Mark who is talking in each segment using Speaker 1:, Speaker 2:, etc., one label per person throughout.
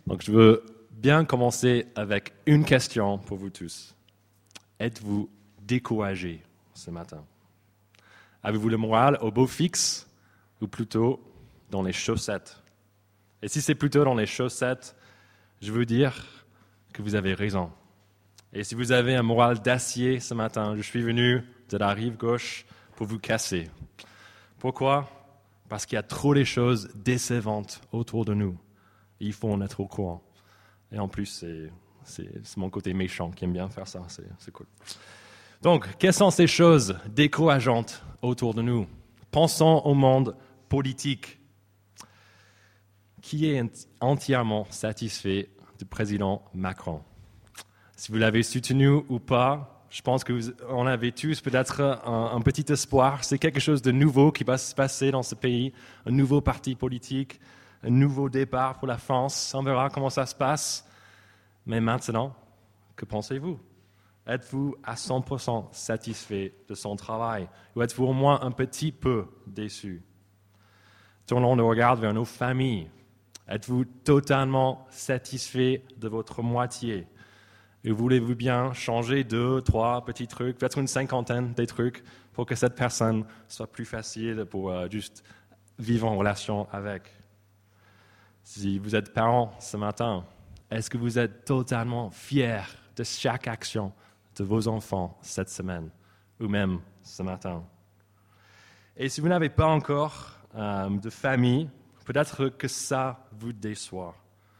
Speaker 1: Donc je veux bien commencer avec une question pour vous tous. Êtes-vous découragés ce matin? Avez-vous le moral au beau fixe ou plutôt dans les chaussettes? Et si c'est plutôt dans les chaussettes, je veux dire que vous avez raison. Et si vous avez un moral d'acier ce matin, je suis venu de la rive gauche pour vous casser. Pourquoi? Parce qu'il y a trop de choses décevantes autour de nous. Il faut en être au courant. Et en plus, c'est mon côté méchant qui aime bien faire ça. C'est cool. Donc, quelles sont ces choses décourageantes autour de nous? Pensons au monde politique. Qui est entièrement satisfait du président Macron? Si vous l'avez soutenu ou pas, je pense qu'on avait tous peut-être un petit espoir. C'est quelque chose de nouveau qui va se passer dans ce pays, un nouveau parti politique, un nouveau départ pour la France. On verra comment ça se passe. Mais maintenant, que pensez-vous? Êtes-vous à 100% satisfait de son travail? Ou êtes-vous au moins un petit peu déçu? Tournons le regard vers nos familles. Êtes-vous totalement satisfait de votre moitié? Et voulez-vous bien changer 2, 3 petits trucs, peut-être une cinquantaine des trucs, pour que cette personne soit plus facile pour juste vivre en relation avec? Si vous êtes parent ce matin, est-ce que vous êtes totalement fiers de chaque action de vos enfants cette semaine, ou même ce matin? Et si vous n'avez pas encore de famille, peut-être que ça vous déçoit.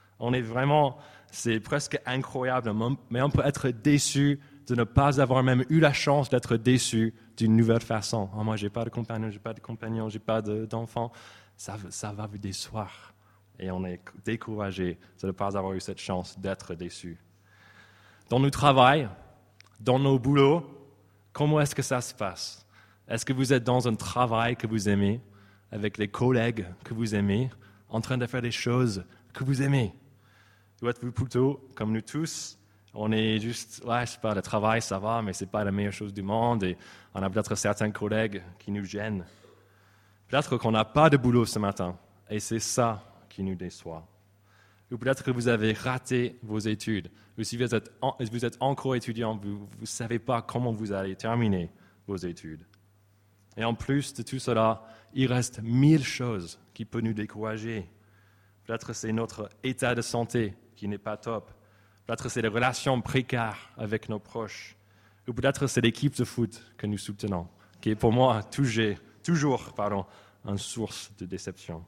Speaker 1: C'est presque incroyable, mais on peut être déçu de ne pas avoir même eu la chance d'être déçu d'une nouvelle façon. Oh, moi, je n'ai pas de compagnon, je n'ai pas d'enfant. Ça va vous décevoir. Et on est découragé de ne pas avoir eu cette chance d'être déçu. Dans nos travails, dans nos boulots, comment est-ce que ça se passe? Est-ce que vous êtes dans un travail que vous aimez, avec les collègues que vous aimez, en train de faire des choses que vous aimez? Ou êtes-vous plutôt, comme nous tous, on est juste, je sais pas, le travail, ça va, mais ce n'est pas la meilleure chose du monde, et on a peut-être certains collègues qui nous gênent. Peut-être qu'on n'a pas de boulot ce matin, et c'est ça qui nous déçoit. Ou peut-être que vous avez raté vos études, ou si vous êtes encore étudiant, vous ne savez pas comment vous allez terminer vos études. Et en plus de tout cela, il reste 1000 choses qui peuvent nous décourager. Peut-être c'est notre état de santé qui n'est pas top. Peut-être c'est les relations précaires avec nos proches. Ou peut-être c'est l'équipe de foot que nous soutenons, qui est pour moi toujours une source de déception.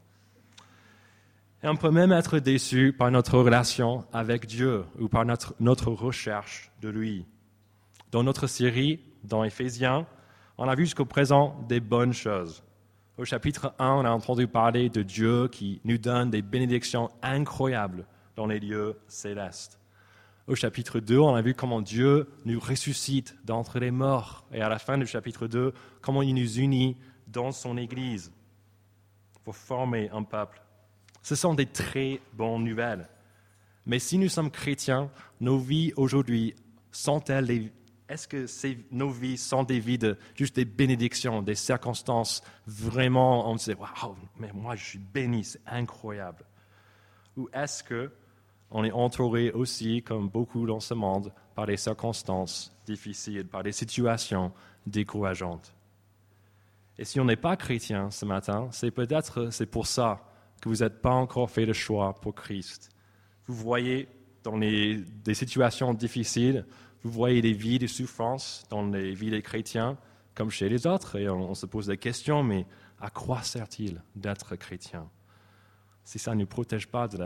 Speaker 1: Et on peut même être déçu par notre relation avec Dieu ou par notre recherche de lui. Dans notre série, dans Éphésiens, on a vu jusqu'au présent des bonnes choses. Au chapitre 1, on a entendu parler de Dieu qui nous donne des bénédictions incroyables dans les lieux célestes. Au chapitre 2, on a vu comment Dieu nous ressuscite d'entre les morts. Et à la fin du chapitre 2, comment il nous unit dans son Église pour former un peuple. Ce sont des très bonnes nouvelles. Mais si nous sommes chrétiens, nos vies aujourd'hui est-ce que nos vies sont des vies de juste des bénédictions, des circonstances vraiment, on se dit, waouh, mais moi je suis béni, c'est incroyable. Ou est-ce qu'on est entouré aussi, comme beaucoup dans ce monde, par des circonstances difficiles, par des situations décourageantes? Et si on n'est pas chrétien ce matin, c'est pour ça que vous n'êtes pas encore fait le choix pour Christ. Vous voyez dans des situations difficiles, vous voyez des vies de souffrance dans les vies des chrétiens, comme chez les autres, et on se pose des questions, mais à quoi sert-il d'être chrétien? Si ça ne nous protège pas de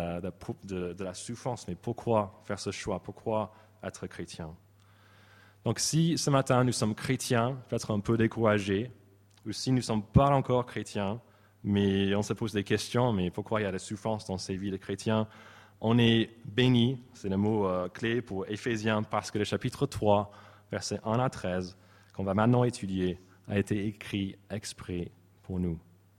Speaker 1: la souffrance, mais pourquoi faire ce choix? Pourquoi être chrétien? Donc si ce matin nous sommes chrétiens, peut-être un peu découragés, ou si nous ne sommes pas encore chrétiens, mais on se pose des questions, mais pourquoi il y a des souffrances dans ces vies de chrétiens? On est béni, c'est le mot clé pour Éphésiens, parce que le chapitre 3, versets 1 à 13, qu'on va maintenant étudier, a été écrit exprès pour nous.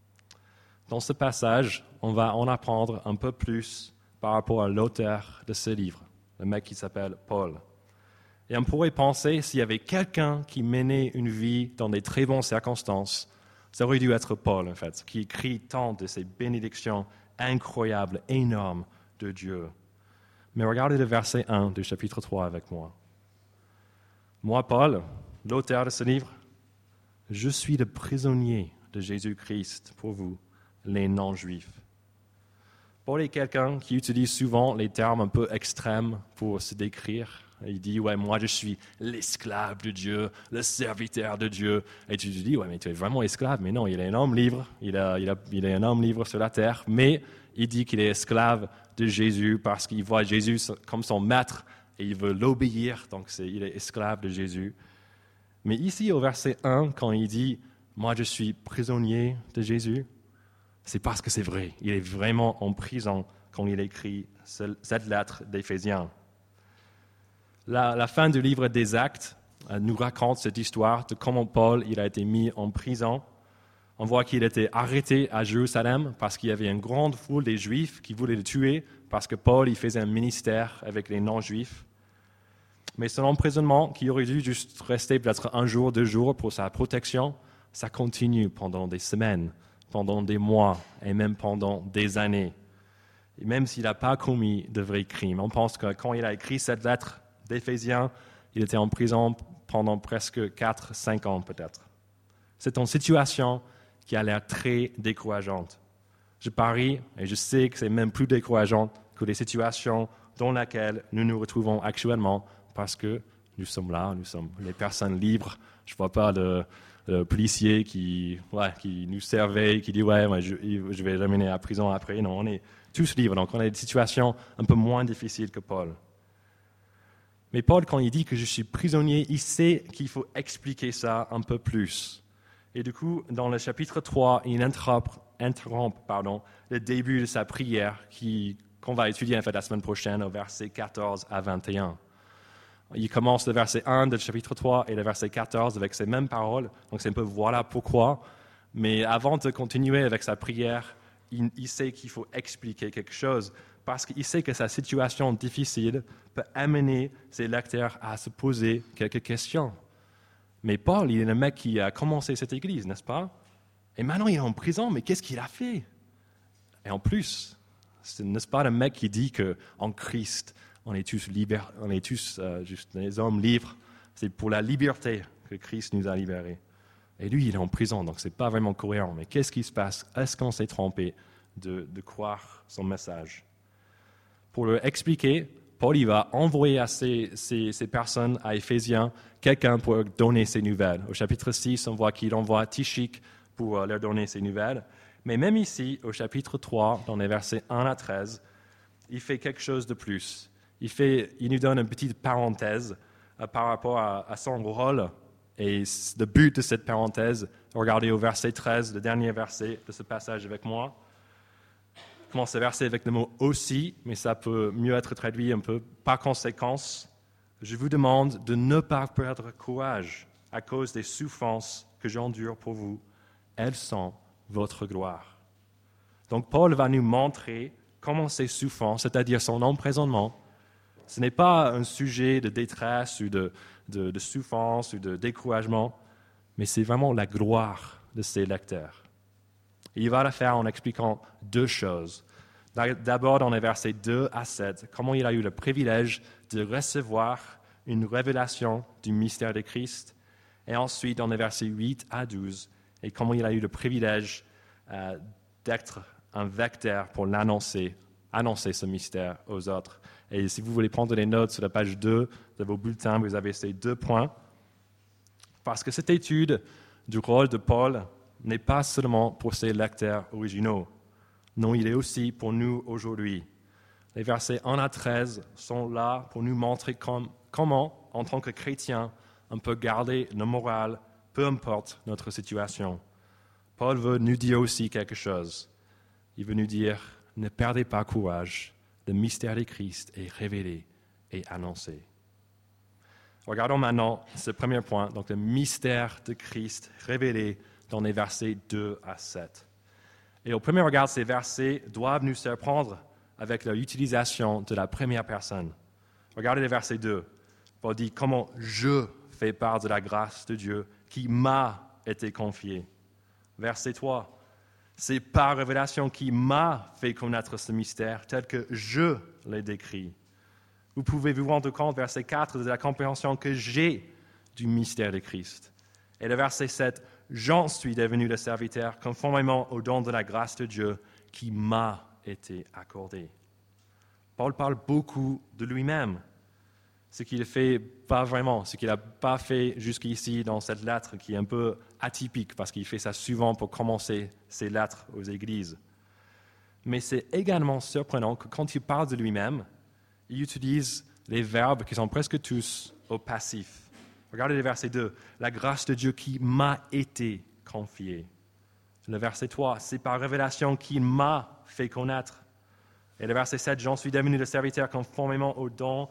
Speaker 1: Dans ce passage, on va en apprendre un peu plus par rapport à l'auteur de ce livre, le mec qui s'appelle Paul. Et on pourrait penser, s'il y avait quelqu'un qui menait une vie dans des très bonnes circonstances, ça aurait dû être Paul, en fait, qui écrit tant de ces bénédictions incroyables, énormes, de Dieu. Mais regardez le verset 1 du chapitre 3 avec moi. Moi, Paul, l'auteur de ce livre, je suis le prisonnier de Jésus-Christ pour vous, les non-juifs. Paul est quelqu'un qui utilise souvent les termes un peu extrêmes pour se décrire. Il dit, ouais, moi je suis l'esclave de Dieu, le serviteur de Dieu. Et tu te dis, ouais, mais tu es vraiment esclave. Mais non, il est un homme libre, il est un homme libre sur la terre, mais il dit qu'il est esclave de Jésus parce qu'il voit Jésus comme son maître et il veut l'obéir, donc il est esclave de Jésus. Mais ici, au verset 1, quand il dit « Moi, je suis prisonnier de Jésus », c'est parce que c'est vrai. Il est vraiment en prison quand il écrit cette lettre d'Éphésiens. La fin du livre des Actes nous raconte cette histoire de comment Paul il a été mis en prison. On voit qu'il était arrêté à Jérusalem parce qu'il y avait une grande foule des Juifs qui voulaient le tuer parce que Paul il faisait un ministère avec les non-Juifs. Mais son emprisonnement, qui aurait dû juste rester peut-être 1 jour, 2 jours pour sa protection, ça continue pendant des semaines, pendant des mois et même pendant des années. Et même s'il n'a pas commis de vrais crimes. On pense que quand il a écrit cette lettre d'Éphésiens, il était en prison pendant presque 4-5 ans peut-être. C'est une situation qui a l'air très décourageante. Je parie, et je sais que c'est même plus décourageant que les situations dans lesquelles nous nous retrouvons actuellement, parce que nous sommes là, nous sommes les personnes libres. Je ne vois pas le policier qui nous surveille, qui dit « ouais, je vais l'amener à la prison après ». Non, on est tous libres, donc on a des situations un peu moins difficiles que Paul. Mais Paul, quand il dit que je suis prisonnier, il sait qu'il faut expliquer ça un peu plus. Et du coup, dans le chapitre 3, il interrompt le début de sa prière qu'on va étudier en fait la semaine prochaine au verset 14 à 21. Il commence le verset 1 du chapitre 3 et le verset 14 avec ces mêmes paroles. Donc c'est un peu voilà pourquoi. Mais avant de continuer avec sa prière, il sait qu'il faut expliquer quelque chose parce qu'il sait que sa situation difficile peut amener ses lecteurs à se poser quelques questions. Mais Paul, il est le mec qui a commencé cette église, n'est-ce pas? Et maintenant il est en prison, mais qu'est-ce qu'il a fait? Et en plus, n'est-ce pas le mec qui dit qu'en Christ, on est tous libres, on est tous juste des hommes libres. C'est pour la liberté que Christ nous a libérés. Et lui, il est en prison, donc ce n'est pas vraiment cohérent. Mais qu'est-ce qui se passe? Est-ce qu'on s'est trompé de croire son message? Pour le expliquer, Paul il va envoyer à ces personnes, à Éphésiens, quelqu'un pour leur donner ses nouvelles. Au chapitre 6, on voit qu'il envoie Tychik pour leur donner ses nouvelles. Mais même ici, au chapitre 3, dans les versets 1 à 13, il fait quelque chose de plus. Il nous donne une petite parenthèse par rapport à son rôle. Et le but de cette parenthèse, regardez au verset 13, le dernier verset de ce passage avec moi. Je commence ce verset avec le mot « aussi », mais ça peut mieux être traduit un peu « par conséquence ». Je vous demande de ne pas perdre courage à cause des souffrances que j'endure pour vous. Elles sont votre gloire. Donc Paul va nous montrer comment ces souffrances, c'est-à-dire son emprisonnement, ce n'est pas un sujet de détresse ou de souffrance ou de découragement, mais c'est vraiment la gloire de ses lecteurs. Et il va le faire en expliquant 2 choses. D'abord, dans les versets 2 à 7, comment il a eu le privilège de recevoir une révélation du mystère de Christ. Et ensuite, dans les versets 8 à 12, et comment il a eu le privilège d'être un vecteur pour annoncer ce mystère aux autres. Et si vous voulez prendre des notes sur la page 2 de vos bulletins, vous avez ces 2 points. Parce que cette étude du rôle de Paul n'est pas seulement pour ses lecteurs originaux. Non, il est aussi pour nous aujourd'hui. Les versets 1 à 13 sont là pour nous montrer comment, en tant que chrétiens, on peut garder le moral, peu importe notre situation. Paul veut nous dire aussi quelque chose. Il veut nous dire, ne perdez pas courage, le mystère de Christ est révélé et annoncé. Regardons maintenant ce premier point, donc le mystère de Christ révélé dans les versets 2 à 7. Et au premier regard, ces versets doivent nous surprendre avec leur utilisation de la première personne. Regardez le verset 2. Paul dit « Comment je fais part de la grâce de Dieu qui m'a été confiée. » Verset 3. C'est par révélation qui m'a fait connaître ce mystère tel que je l'ai décrit. Vous pouvez vous rendre compte, verset 4, de la compréhension que j'ai du mystère de Christ. Et le verset 7, j'en suis devenu le serviteur conformément au don de la grâce de Dieu qui m'a été accordé. Paul parle beaucoup de lui-même, ce qu'il ne fait pas vraiment, ce qu'il n'a pas fait jusqu'ici dans cette lettre qui est un peu atypique parce qu'il fait ça souvent pour commencer ses lettres aux églises. Mais c'est également surprenant que quand il parle de lui-même, il utilise les verbes qui sont presque tous au passif. Regardez le verset 2, la grâce de Dieu qui m'a été confiée. Le verset 3, c'est par révélation qu'il m'a fait connaître. Et le verset 7, j'en suis devenu le serviteur conformément au don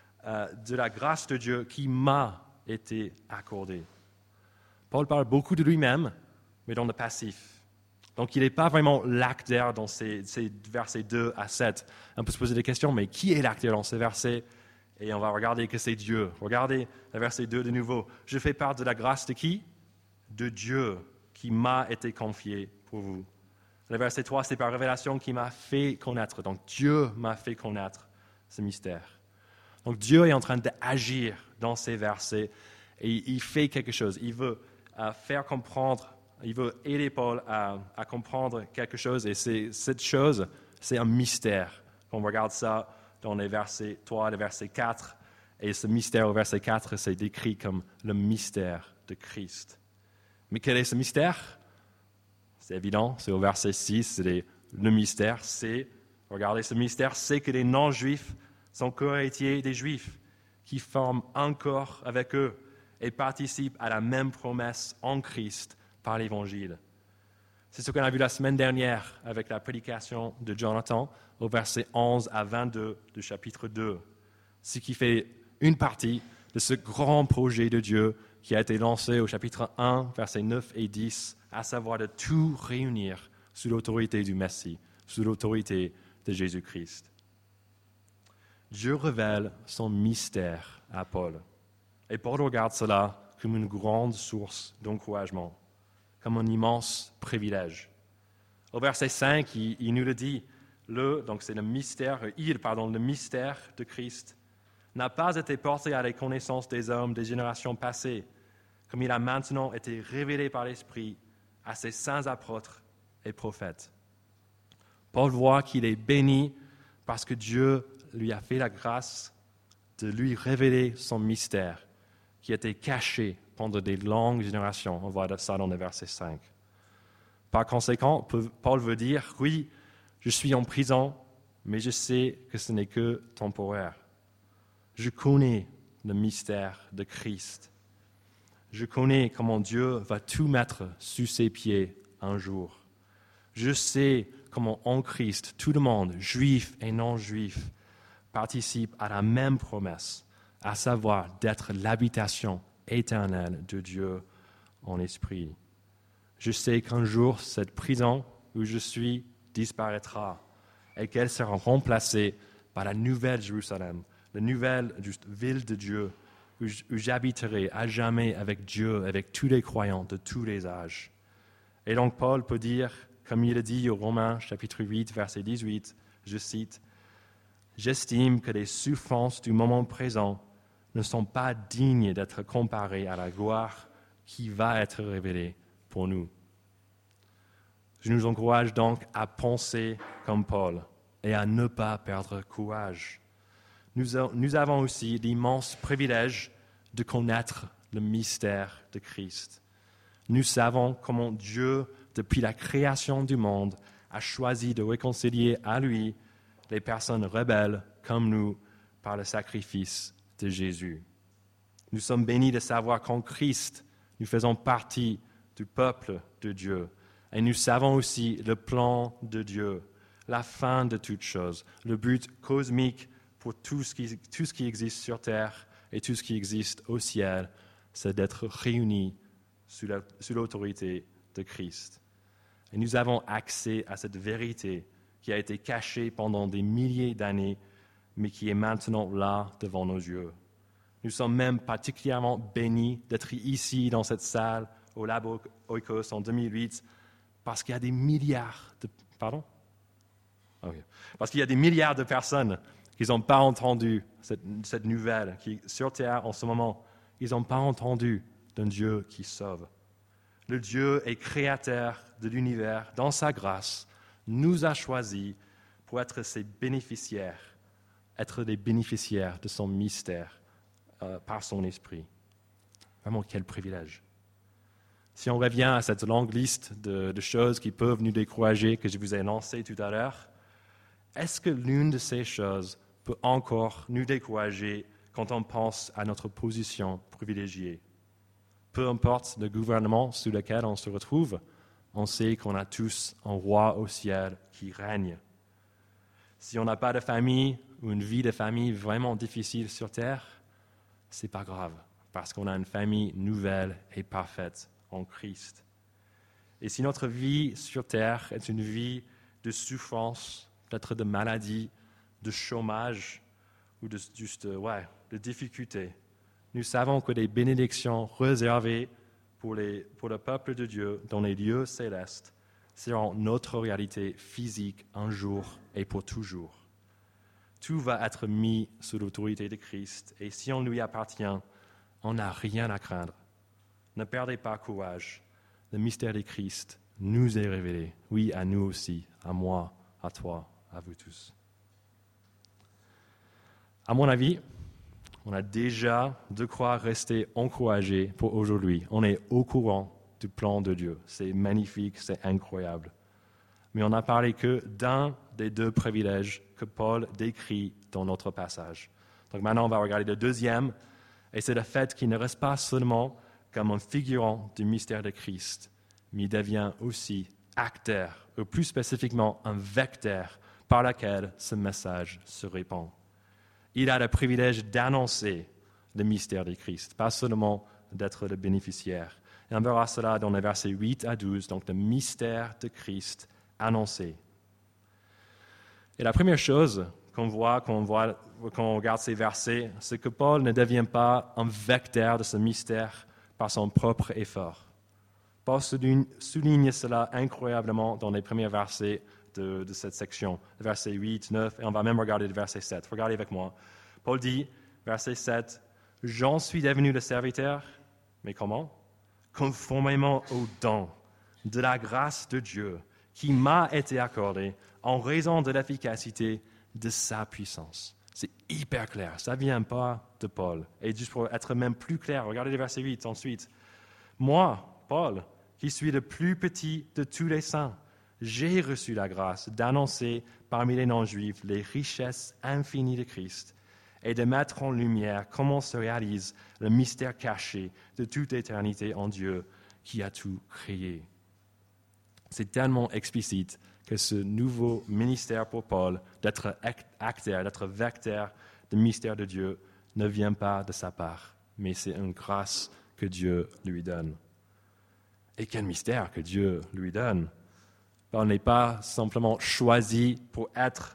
Speaker 1: de la grâce de Dieu qui m'a été accordé. Paul parle beaucoup de lui-même, mais dans le passif. Donc il n'est pas vraiment l'acteur dans ces versets 2 à 7. On peut se poser des questions, mais qui est l'acteur dans ces versets? Et on va regarder que c'est Dieu. Regardez le verset 2 de nouveau. Je fais part de la grâce de qui? De Dieu qui m'a été confié pour vous. Le verset 3, c'est par révélation qu'il m'a fait connaître. Donc Dieu m'a fait connaître ce mystère. Donc Dieu est en train d'agir dans ces versets et il fait quelque chose. Il veut faire comprendre, il veut aider Paul à comprendre quelque chose et cette chose, c'est un mystère. On regarde ça dans les versets 3 et verset 4 et ce mystère au verset 4, c'est décrit comme le mystère de Christ. Mais quel est ce mystère? C'est évident, c'est au verset 6, c'est le mystère, regardez ce mystère, c'est que les non-juifs sont co-héritiers des juifs, qui forment un corps avec eux et participent à la même promesse en Christ par l'Évangile. C'est ce qu'on a vu la semaine dernière avec la prédication de Jonathan au verset 11 à 22 du chapitre 2, ce qui fait une partie de ce grand projet de Dieu qui a été lancé au chapitre 1, versets 9 et 10, à savoir de tout réunir sous l'autorité du Messie, sous l'autorité de Jésus-Christ. Dieu révèle son mystère à Paul. Et Paul regarde cela comme une grande source d'encouragement, comme un immense privilège. Au verset 5, il nous le dit, donc c'est le mystère de Christ n'a pas été porté à la connaissance des hommes des générations passées, comme il a maintenant été révélé par l'Esprit à ses saints apôtres et prophètes. Paul voit qu'il est béni parce que Dieu lui a fait la grâce de lui révéler son mystère qui était caché pendant des longues générations. On voit ça dans le verset 5. Par conséquent, Paul veut dire, oui, je suis en prison, mais je sais que ce n'est que temporaire. Je connais le mystère de Christ. Je connais comment Dieu va tout mettre sous ses pieds un jour. Je sais comment en Christ, tout le monde, juif et non-juif, participe à la même promesse, à savoir d'être l'habitation éternelle de Dieu en esprit. Je sais qu'un jour, cette prison où je suis disparaîtra et qu'elle sera remplacée par la nouvelle Jérusalem, la nouvelle ville de Dieu, où j'habiterai à jamais avec Dieu, avec tous les croyants de tous les âges. Et donc Paul peut dire, comme il le dit aux Romains, chapitre 8, verset 18, je cite, « J'estime que les souffrances du moment présent ne sont pas dignes d'être comparées à la gloire qui va être révélée pour nous. » Je nous encourage donc à penser comme Paul et à ne pas perdre courage. Nous avons aussi l'immense privilège de connaître le mystère de Christ. Nous savons comment Dieu, depuis la création du monde, a choisi de réconcilier à lui les personnes rebelles comme nous par le sacrifice de Jésus. Nous sommes bénis de savoir qu'en Christ, nous faisons partie du peuple de Dieu. Et nous savons aussi le plan de Dieu, la fin de toutes choses, le but cosmique pour tout ce qui existe sur terre et tout ce qui existe au ciel, c'est d'être réunis sous l'autorité de Christ. Et nous avons accès à cette vérité qui a été cachée pendant des milliers d'années, mais qui est maintenant là devant nos yeux. Nous sommes même particulièrement bénis d'être ici dans cette salle au Labo Oikos en 2008 parce qu'il y a des milliards de... Pardon? Okay. Parce qu'il y a des milliards de personnes qu'ils n'ont pas entendu cette nouvelle qui est sur terre en ce moment. Ils n'ont pas entendu d'un Dieu qui sauve. Le Dieu est créateur de l'univers, dans sa grâce, nous a choisis pour être ses bénéficiaires, être des bénéficiaires de son mystère par son esprit. Vraiment, quel privilège. Si on revient à cette longue liste de choses qui peuvent nous décourager, que je vous ai lancée tout à l'heure, est-ce que l'une de ces choses peut encore nous décourager quand on pense à notre position privilégiée? Peu importe le gouvernement sous lequel on se retrouve, on sait qu'on a tous un roi au ciel qui règne. Si on n'a pas de famille ou une vie de famille vraiment difficile sur terre, c'est pas grave, parce qu'on a une famille nouvelle et parfaite en Christ. Et si notre vie sur terre est une vie de souffrance, peut-être de maladie, de chômage ou de difficultés, nous savons que des bénédictions réservées pour le peuple de Dieu dans les lieux célestes seront notre réalité physique un jour et pour toujours. Tout va être mis sous l'autorité de Christ et si on lui appartient, on n'a rien à craindre. Ne perdez pas courage. Le mystère de Christ nous est révélé. Oui, à nous aussi, à moi, à toi, à vous tous. À mon avis, on a déjà de quoi rester encouragé pour aujourd'hui. On est au courant du plan de Dieu. C'est magnifique, c'est incroyable. Mais on n'a parlé que d'un des deux privilèges que Paul décrit dans notre passage. Donc maintenant, on va regarder le deuxième, et c'est le fait qu'il ne reste pas seulement comme un figurant du mystère de Christ, mais il devient aussi acteur, ou plus spécifiquement un vecteur par lequel ce message se répand. Il a le privilège d'annoncer le mystère de Christ, pas seulement d'être le bénéficiaire. Et on verra cela dans les versets 8 à 12, donc le mystère de Christ annoncé. Et la première chose qu'on voit quand on regarde ces versets, c'est que Paul ne devient pas un vecteur de ce mystère par son propre effort. Paul souligne cela incroyablement dans les premiers versets de cette section, versets 8, 9, et on va même regarder le verset 7. Regardez avec moi. Paul dit, verset 7, « J'en suis devenu le serviteur, mais comment? Conformément au don de la grâce de Dieu qui m'a été accordée en raison de l'efficacité de sa puissance. » C'est hyper clair, ça ne vient pas de Paul. Et juste pour être même plus clair, regardez le verset 8 ensuite. « Moi, Paul, qui suis le plus petit de tous les saints, j'ai reçu la grâce d'annoncer parmi les non-juifs les richesses infinies de Christ et de mettre en lumière comment se réalise le mystère caché de toute éternité en Dieu qui a tout créé. » C'est tellement explicite que ce nouveau ministère pour Paul, d'être acteur, d'être vecteur du mystère de Dieu, ne vient pas de sa part, mais c'est une grâce que Dieu lui donne. Et quel mystère que Dieu lui donne! On n'est pas simplement choisi pour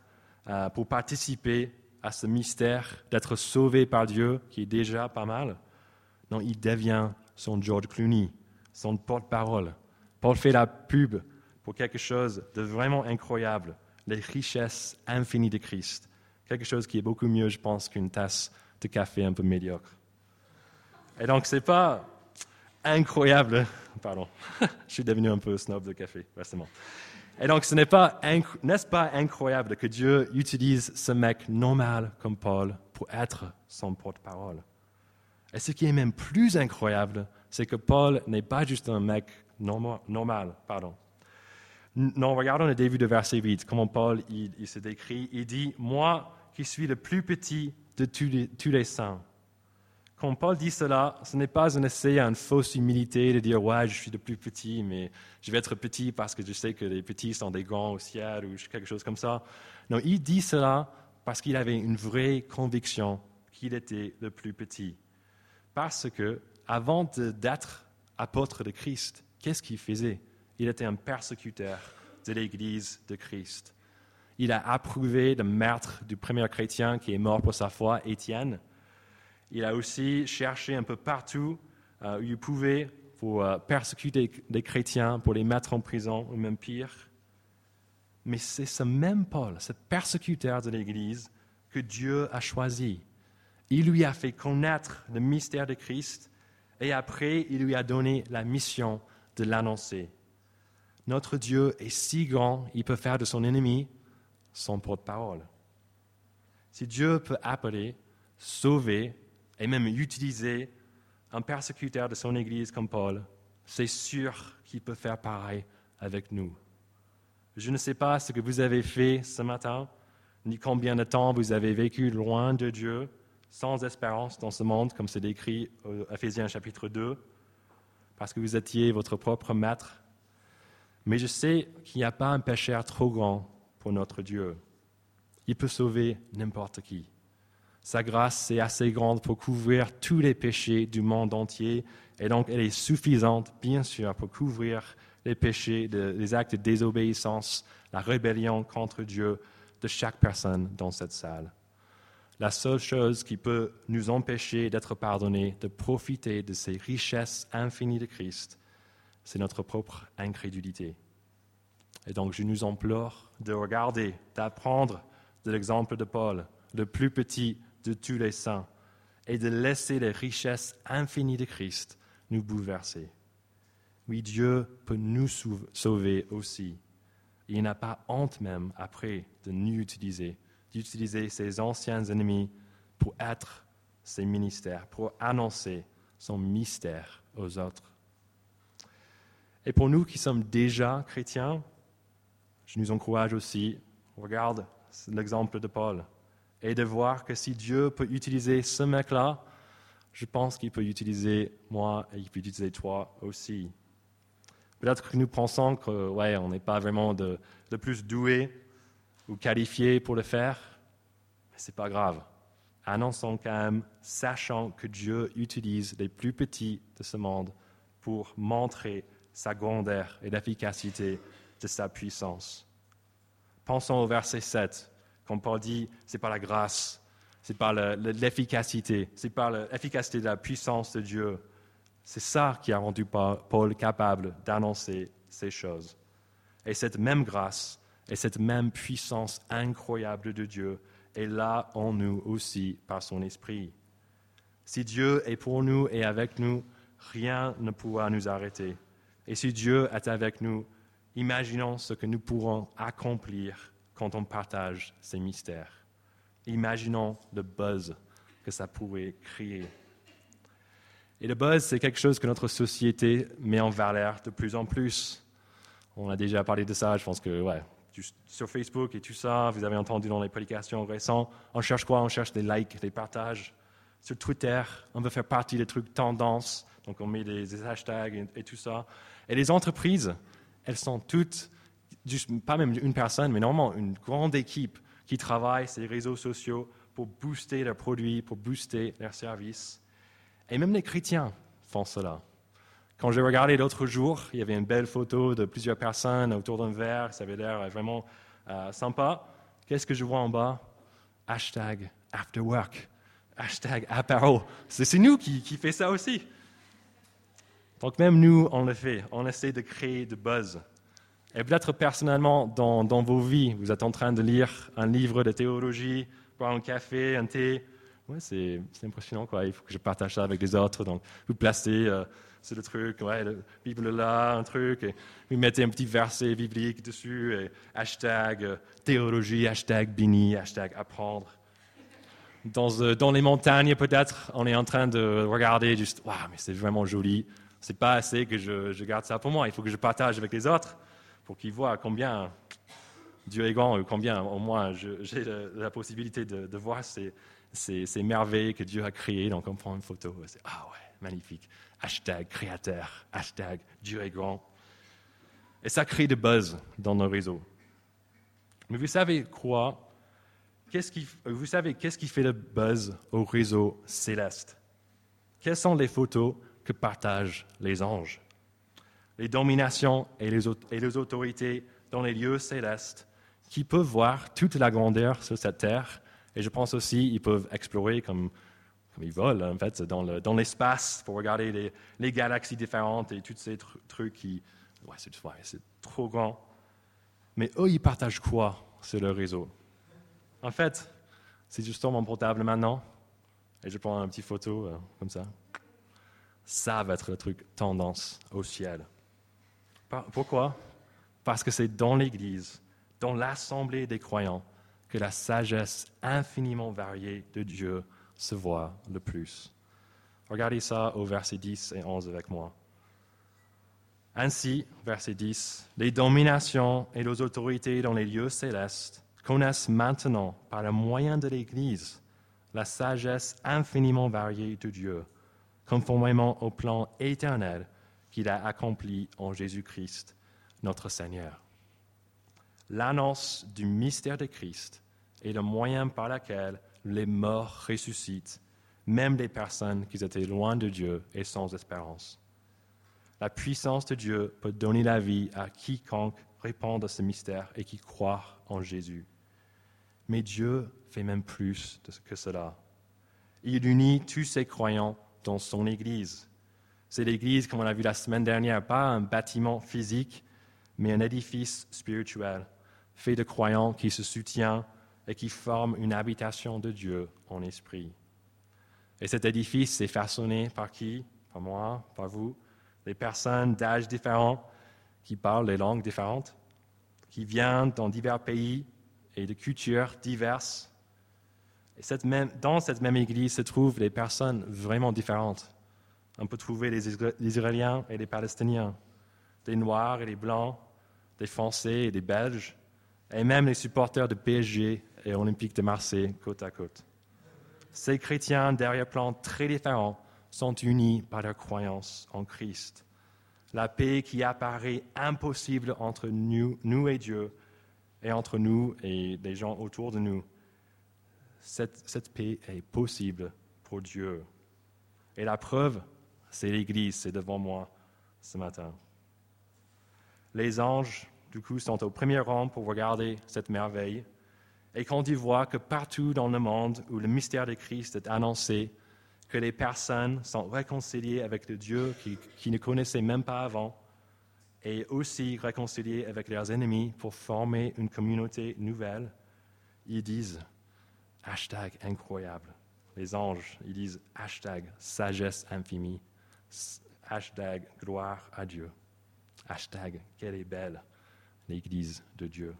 Speaker 1: participer à ce mystère, d'être sauvé par Dieu, qui est déjà pas mal. Non, il devient son George Clooney, son porte-parole. Paul fait la pub pour quelque chose de vraiment incroyable, les richesses infinies de Christ. Quelque chose qui est beaucoup mieux, je pense, qu'une tasse de café un peu médiocre. Et donc, ce n'est pas incroyable. Pardon, je suis devenu un peu snob de café, récemment. Et donc, n'est-ce pas incroyable que Dieu utilise ce mec normal comme Paul pour être son porte-parole? Et ce qui est même plus incroyable, c'est que Paul n'est pas juste un mec normal. Non, regardons le début de verset 8, comment Paul il se décrit. Il dit « Moi qui suis le plus petit de tous les saints ». Quand Paul dit cela, ce n'est pas un essai à une fausse humilité de dire « Ouais, je suis le plus petit, mais je vais être petit parce que je sais que les petits sont des grands au ciel » ou quelque chose comme ça. Non, il dit cela parce qu'il avait une vraie conviction qu'il était le plus petit. Parce que, avant d'être apôtre de Christ, qu'est-ce qu'il faisait? Il était un persécuteur de l'Église de Christ. Il a approuvé le meurtre du premier chrétien qui est mort pour sa foi, Étienne. Il a aussi cherché un peu partout où il pouvait pour persécuter les chrétiens, pour les mettre en prison, ou même pire. Mais c'est ce même Paul, ce persécuteur de l'Église, que Dieu a choisi. Il lui a fait connaître le mystère de Christ et après, il lui a donné la mission de l'annoncer. Notre Dieu est si grand, il peut faire de son ennemi son porte-parole. Si Dieu peut appeler, sauver et même utiliser un persécuteur de son Église comme Paul, c'est sûr qu'il peut faire pareil avec nous. Je ne sais pas ce que vous avez fait ce matin, ni combien de temps vous avez vécu loin de Dieu, sans espérance dans ce monde, comme c'est décrit au Ephésiens chapitre 2, parce que vous étiez votre propre maître. Mais je sais qu'il n'y a pas un pécheur trop grand pour notre Dieu. Il peut sauver n'importe qui. Sa grâce est assez grande pour couvrir tous les péchés du monde entier, et donc elle est suffisante, bien sûr, pour couvrir les péchés, les actes de désobéissance, la rébellion contre Dieu de chaque personne dans cette salle. La seule chose qui peut nous empêcher d'être pardonnés, de profiter de ces richesses infinies de Christ, c'est notre propre incrédulité. Et donc, je nous implore de regarder, d'apprendre de l'exemple de Paul, le plus petit de tous les saints, et de laisser les richesses infinies de Christ nous bouleverser. Oui, Dieu peut nous sauver aussi. Il n'a pas honte même, après, de nous d'utiliser ses anciens ennemis pour être ses ministères, pour annoncer son mystère aux autres. Et pour nous qui sommes déjà chrétiens, je nous encourage aussi, regarde l'exemple de Paul, et de voir que si Dieu peut utiliser ce mec-là, je pense qu'il peut utiliser moi et il peut utiliser toi aussi. Peut-être que nous pensons on n'est pas vraiment le plus doué ou qualifié pour le faire, mais ce n'est pas grave. Annonçons quand même, sachant que Dieu utilise les plus petits de ce monde pour montrer sa grandeur et l'efficacité de sa puissance. Pensons au verset 7, quand Paul dit, ce n'est pas la grâce, ce n'est pas l'efficacité, ce n'est pas l'efficacité de la puissance de Dieu. C'est ça qui a rendu Paul capable d'annoncer ces choses. Et cette même grâce et cette même puissance incroyable de Dieu est là en nous aussi par son Esprit. Si Dieu est pour nous et avec nous, rien ne pourra nous arrêter. Et si Dieu est avec nous, imaginons ce que nous pourrons accomplir quand on partage ces mystères. Imaginons le buzz que ça pourrait créer. Et le buzz, c'est quelque chose que notre société met en valeur de plus en plus. On a déjà parlé de ça, je pense que, sur Facebook et tout ça, vous avez entendu dans les prédications récentes, on cherche quoi? On cherche des likes, des partages. Sur Twitter, on veut faire partie des trucs tendances, donc on met des hashtags et tout ça. Et les entreprises, elles sont toutes, pas même une personne, mais normalement une grande équipe qui travaille sur les réseaux sociaux pour booster leurs produits, pour booster leurs services. Et même les chrétiens font cela. Quand j'ai regardé l'autre jour, il y avait une belle photo de plusieurs personnes autour d'un verre, ça avait l'air vraiment sympa. Qu'est-ce que je vois en bas? Hashtag after work, hashtag apéro. C'est nous qui fait ça aussi. Donc même nous, on le fait. On essaie de créer du buzz. Et peut-être personnellement, dans vos vies, vous êtes en train de lire un livre de théologie, boire un café, un thé. Ouais, c'est impressionnant, quoi. Il faut que je partage ça avec les autres. Donc, vous placez sur le truc, la Bible là, un truc, et vous mettez un petit verset biblique dessus, et hashtag théologie, hashtag béni, hashtag apprendre. Dans les montagnes, peut-être, on est en train de regarder juste, mais c'est vraiment joli. C'est pas assez que je garde ça pour moi. Il faut que je partage avec les autres pour qu'ils voient combien Dieu est grand, ou combien au moins j'ai la possibilité de voir ces merveilles que Dieu a créées. Donc on prend une photo, c'est magnifique. Hashtag créateur, hashtag Dieu est grand. Et ça crée du buzz dans nos réseaux. Mais vous savez quoi? Vous savez qu'est-ce qui fait le buzz au réseau céleste? Quelles sont les photos que partagent les anges? Les dominations et les autorités dans les lieux célestes qui peuvent voir toute la grandeur sur cette terre. Et je pense aussi qu'ils peuvent explorer comme ils veulent, en fait, dans l'espace pour regarder les galaxies différentes et tous ces trucs qui... c'est trop grand. Mais eux, ils partagent quoi sur le réseau? En fait, Si je sors mon portable maintenant et je prends une petite photo comme ça va être le truc tendance au ciel. Pourquoi? Parce que c'est dans l'Église, dans l'assemblée des croyants, que la sagesse infiniment variée de Dieu se voit le plus. Regardez ça au verset 10 et 11 avec moi. Ainsi, verset 10, les dominations et les autorités dans les lieux célestes connaissent maintenant, par le moyen de l'Église, la sagesse infiniment variée de Dieu, conformément au plan éternel qu'il a accompli en Jésus-Christ, notre Seigneur. L'annonce du mystère de Christ est le moyen par lequel les morts ressuscitent, même les personnes qui étaient loin de Dieu et sans espérance. La puissance de Dieu peut donner la vie à quiconque répond à ce mystère et qui croit en Jésus. Mais Dieu fait même plus que cela. Il unit tous ses croyants dans son Église. C'est l'Église, comme on l'a vu la semaine dernière, pas un bâtiment physique, mais un édifice spirituel, fait de croyants qui se soutiennent et qui forment une habitation de Dieu en esprit. Et cet édifice est façonné par qui? Par moi, par vous, des personnes d'âges différents, qui parlent des langues différentes, qui viennent dans divers pays et de cultures diverses. Et dans cette même Église se trouvent des personnes vraiment différentes. On peut trouver les Israéliens et les Palestiniens, des Noirs et des Blancs, des Français et des Belges, et même les supporters de PSG et Olympique de Marseille côte à côte. Ces chrétiens d'arrière-plan très différents sont unis par leur croyance en Christ. La paix qui apparaît impossible entre nous et Dieu, et entre nous et les gens autour de nous, cette paix est possible pour Dieu. Et la preuve, c'est l'Église, c'est devant moi ce matin. Les anges, du coup, sont au premier rang pour regarder cette merveille. Et quand ils voient que partout dans le monde où le mystère de Christ est annoncé, que les personnes sont réconciliées avec le Dieu qu'ils ne connaissaient même pas avant, et aussi réconciliées avec leurs ennemis pour former une communauté nouvelle, ils disent # incroyable. Les anges, ils disent # sagesse infinie, # gloire à Dieu, # quelle est belle l'Église de Dieu.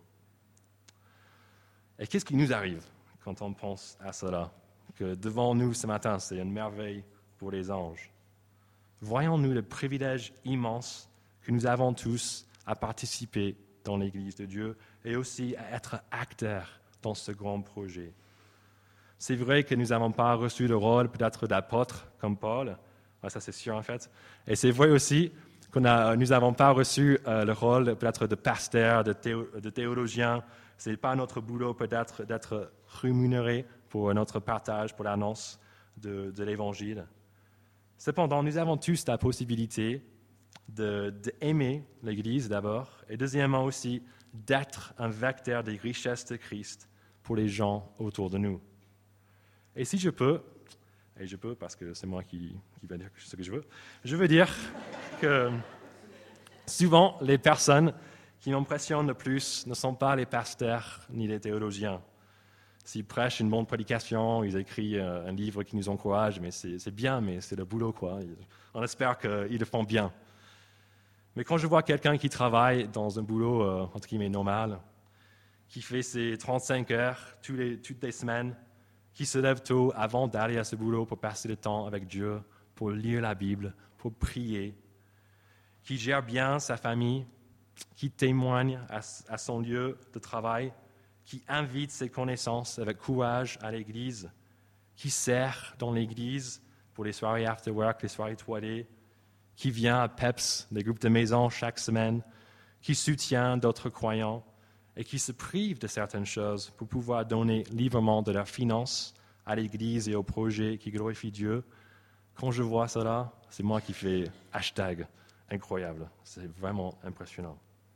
Speaker 1: Et qu'est-ce qui nous arrive quand on pense à cela? Que devant nous ce matin, c'est une merveille pour les anges. Voyons-nous le privilège immense que nous avons tous à participer dans l'Église de Dieu et aussi à être acteurs dans ce grand projet. C'est vrai que nous n'avons pas reçu le rôle peut-être d'apôtre comme Paul, ça c'est sûr en fait, et c'est vrai aussi que nous n'avons pas reçu le rôle peut-être de pasteur, de théologien. Ce n'est pas notre boulot peut-être d'être rémunéré pour notre partage, pour l'annonce de l'Évangile. Cependant, nous avons tous la possibilité d'aimer l'Église d'abord, et deuxièmement aussi d'être un vecteur des richesses de Christ pour les gens autour de nous. Et si je peux, et je peux parce que c'est moi qui vais dire ce que je veux dire que souvent les personnes qui m'impressionnent le plus ne sont pas les pasteurs ni les théologiens. S'ils prêchent une bonne prédication, ils écrivent un livre qui nous encourage, mais c'est bien, mais c'est le boulot, quoi. On espère qu'ils le font bien. Mais quand je vois quelqu'un qui travaille dans un boulot, entre guillemets, normal, qui fait ses 35 heures toutes les semaines, qui se lève tôt avant d'aller à ce boulot pour passer le temps avec Dieu, pour lire la Bible, pour prier, qui gère bien sa famille, qui témoigne à son lieu de travail, qui invite ses connaissances avec courage à l'Église, qui sert dans l'Église pour les soirées after work, les soirées toilées, qui vient à PEPS, les groupes de maison chaque semaine, qui soutient d'autres croyants et qui se prive de certaines choses pour pouvoir donner librement de leurs finances à l'Église et aux projets qui glorifient Dieu. Quand je vois cela, c'est moi qui fais # incroyable. C'est vraiment impressionnant.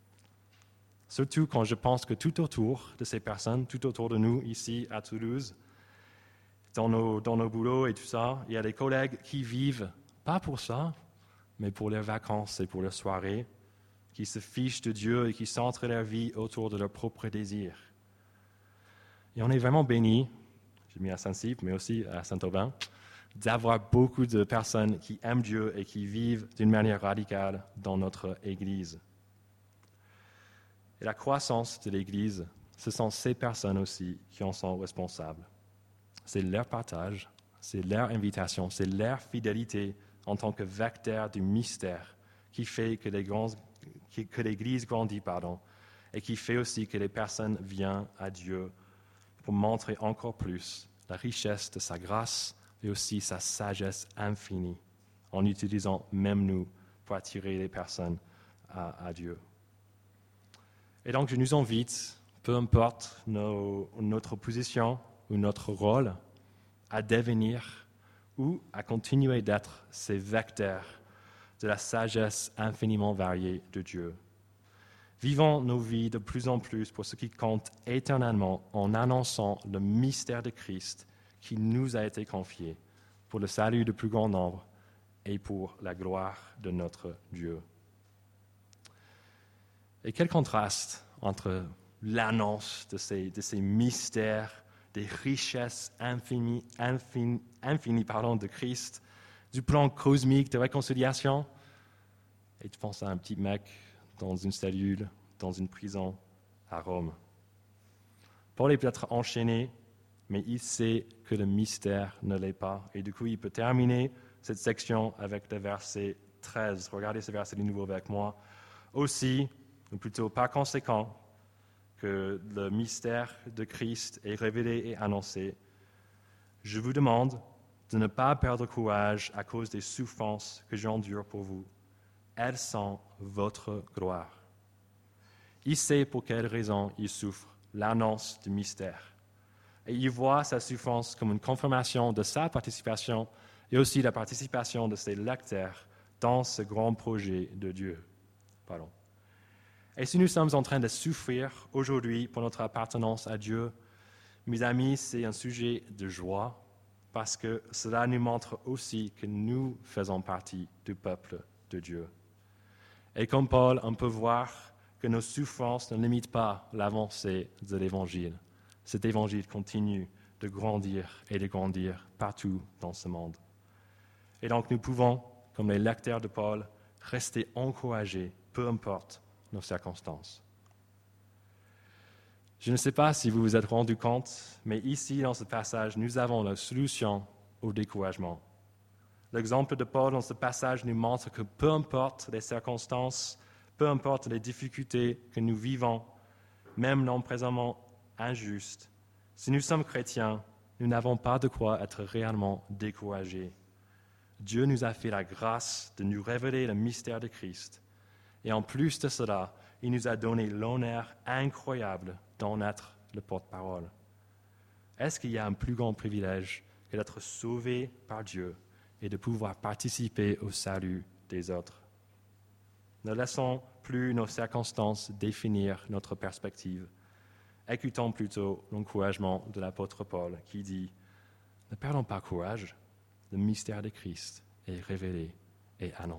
Speaker 1: Surtout quand je pense que tout autour de ces personnes, tout autour de nous, ici à Toulouse, dans nos boulots et tout ça, il y a des collègues qui vivent, pas pour ça, mais pour leurs vacances et pour leurs soirées, qui se fichent de Dieu et qui centrent leur vie autour de leurs propres désirs. Et on est vraiment bénis. j'ai mis à Saint-Cyr, mais aussi à Saint-Aubin, d'avoir beaucoup de personnes qui aiment Dieu et qui vivent d'une manière radicale dans notre Église. Et la croissance de l'Église, ce sont ces personnes aussi qui en sont responsables. C'est leur partage, c'est leur invitation, c'est leur fidélité en tant que vecteur du mystère qui fait que l'Église grandit, et qui fait aussi que les personnes viennent à Dieu pour montrer encore plus la richesse de sa grâce et aussi sa sagesse infinie, en utilisant même nous pour attirer les personnes à Dieu. Et donc, je nous invite, peu importe notre position ou notre rôle, à devenir ou à continuer d'être ces vecteurs de la sagesse infiniment variée de Dieu. Vivons nos vies de plus en plus pour ce qui compte éternellement en annonçant le mystère de Christ qui nous a été confié pour le salut du plus grand nombre et pour la gloire de notre Dieu. Et quel contraste entre l'annonce de ces mystères, des richesses infinies de Christ, du plan cosmique de réconciliation, et tu penses à un petit mec dans une cellule, dans une prison à Rome. Paul est peut-être enchaîné, mais il sait que le mystère ne l'est pas. Et du coup, il peut terminer cette section avec le verset 13. Regardez ce verset de nouveau avec moi. Aussi, ou plutôt par conséquent, que le mystère de Christ est révélé et annoncé, je vous demande de ne pas perdre courage à cause des souffrances que j'endure pour vous. Elles sont votre gloire. Il sait pour quelle raison il souffre, l'annonce du mystère. Et il voit sa souffrance comme une confirmation de sa participation et aussi la participation de ses lecteurs dans ce grand projet de Dieu. Et si nous sommes en train de souffrir aujourd'hui pour notre appartenance à Dieu, mes amis, c'est un sujet de joie parce que cela nous montre aussi que nous faisons partie du peuple de Dieu. Et comme Paul, on peut voir que nos souffrances ne limitent pas l'avancée de l'Évangile. Cet Évangile continue de grandir et de grandir partout dans ce monde. Et donc nous pouvons, comme les lecteurs de Paul, rester encouragés, peu importe nos circonstances. Je ne sais pas si vous vous êtes rendu compte, mais ici, dans ce passage, nous avons la solution au découragement. L'exemple de Paul dans ce passage nous montre que peu importe les circonstances, peu importe les difficultés que nous vivons, même non présentement injustes, si nous sommes chrétiens, nous n'avons pas de quoi être réellement découragés. Dieu nous a fait la grâce de nous révéler le mystère de Christ. Et en plus de cela, il nous a donné l'honneur incroyable d'en être le porte-parole. Est-ce qu'il y a un plus grand privilège que d'être sauvé par Dieu et de pouvoir participer au salut des autres? Ne laissons plus nos circonstances définir notre perspective. Écoutons plutôt l'encouragement de l'apôtre Paul qui dit « Ne perdons pas courage, le mystère de Christ est révélé et annoncé. »